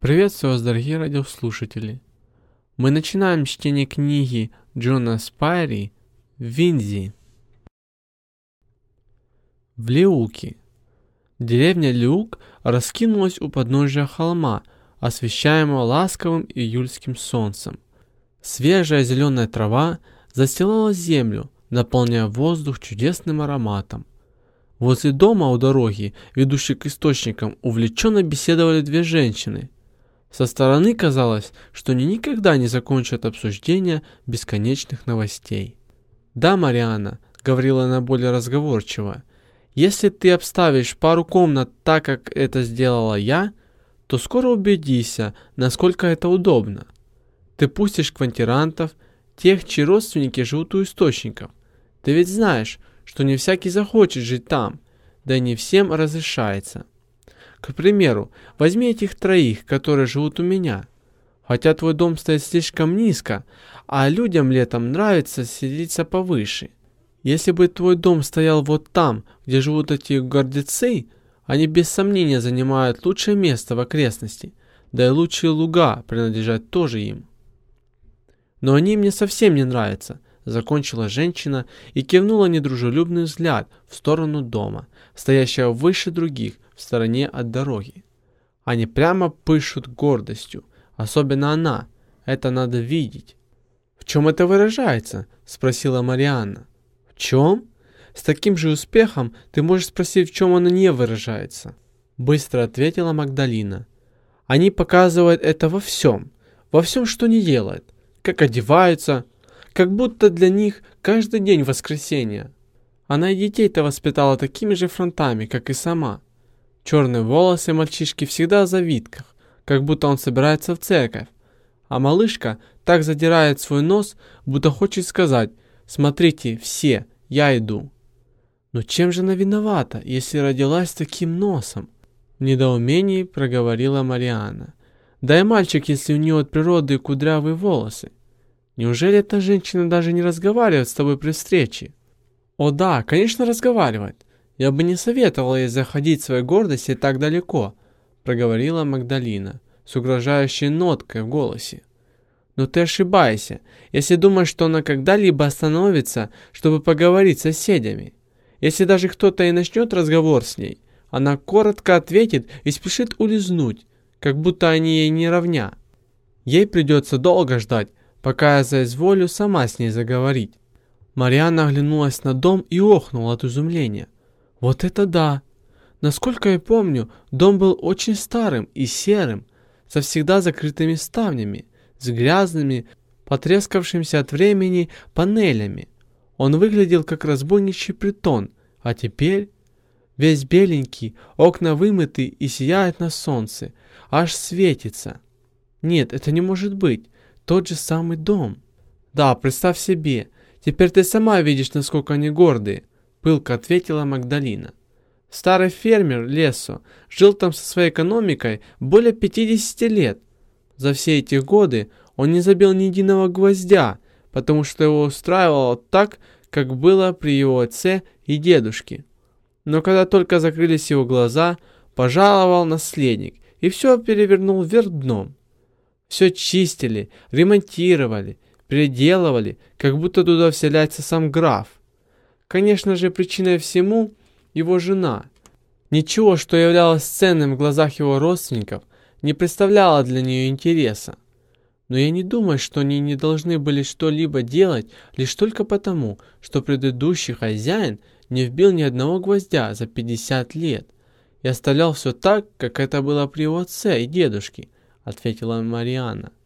Приветствую вас, дорогие радиослушатели! Мы начинаем чтение книги Джона Спайри «Винзи». В Лиуке. Деревня Лиук раскинулась у подножия холма, освещаемого ласковым июльским солнцем. Свежая зеленая трава застилала землю, наполняя воздух чудесным ароматом. Возле дома у дороги, ведущей к источникам, увлеченно беседовали две женщины. Со стороны казалось, что они никогда не закончат обсуждение бесконечных новостей. «Да, Марианна», — говорила она более разговорчиво, — «если ты обставишь пару комнат так, как это сделала я, то скоро убедишься, насколько это удобно. Ты пустишь квартирантов, тех, чьи родственники живут у источников. Ты ведь знаешь, что не всякий захочет жить там, да и не всем разрешается. К примеру, возьми этих троих, которые живут у меня. Хотя твой дом стоит слишком низко, а людям летом нравится селиться повыше. Если бы твой дом стоял вот там, где живут эти гордецы, они без сомнения занимают лучшее место в окрестности, да и лучшие луга принадлежат тоже им. Но они мне совсем не нравятся», — закончила женщина и кивнула недружелюбный взгляд в сторону дома, стоящего выше других, в стороне от дороги. «Они прямо пышут гордостью, особенно она, это надо видеть». «В чем это выражается?» — спросила Марианна. «В чем? С таким же успехом ты можешь спросить, в чем она не выражается», — быстро ответила Магдалина. «Они показывают это во всем, что они делают, как одеваются, как будто для них каждый день воскресенье. Она и детей-то воспитала такими же фронтами, как и сама. Черные волосы мальчишки всегда в завитках, как будто он собирается в церковь, а малышка так задирает свой нос, будто хочет сказать: «Смотрите, все, я иду». Но чем же она виновата, если родилась с таким носом? В недоумении проговорила Марианна. Да и мальчик, если у нее от природы кудрявые волосы. Неужели эта женщина даже не разговаривает с тобой при встрече? О да, конечно, разговаривает. Я бы не советовала ей заходить в своей гордости так далеко, проговорила Магдалина с угрожающей ноткой в голосе. Но ты ошибаешься, если думаешь, что она когда-либо остановится, чтобы поговорить с соседями. Если даже кто-то и начнет разговор с ней, она коротко ответит и спешит улизнуть, как будто они ей не равня. Ей придется долго ждать, пока я соизволю сама с ней заговорить». Марианна оглянулась на дом и охнула от изумления. «Вот это да! Насколько я помню, дом был очень старым и серым, со всегда закрытыми ставнями, с грязными, потрескавшимися от времени панелями. Он выглядел как разбойничий притон, а теперь весь беленький, окна вымыты и сияет на солнце, аж светится. Нет, это не может быть, тот же самый дом». «Да, представь себе, теперь ты сама видишь, насколько они гордые», — пылко ответила Магдалина. «Старый фермер Лессо жил там со своей экономикой более 50 лет. За все эти годы он не забил ни единого гвоздя, потому что его устраивало так, как было при его отце и дедушке. Но когда только закрылись его глаза, пожаловал наследник и все перевернул вверх дном. Все чистили, ремонтировали, переделывали, как будто туда вселяется сам граф. Конечно же, причиной всему его жена. Ничего, что являлось ценным в глазах его родственников, не представляло для нее интереса. Но я не думаю, что они не должны были что-либо делать лишь только потому, что предыдущий хозяин не вбил ни одного гвоздя за 50 лет и оставлял все так, как это было при его отце и дедушке», — ответила Марианна.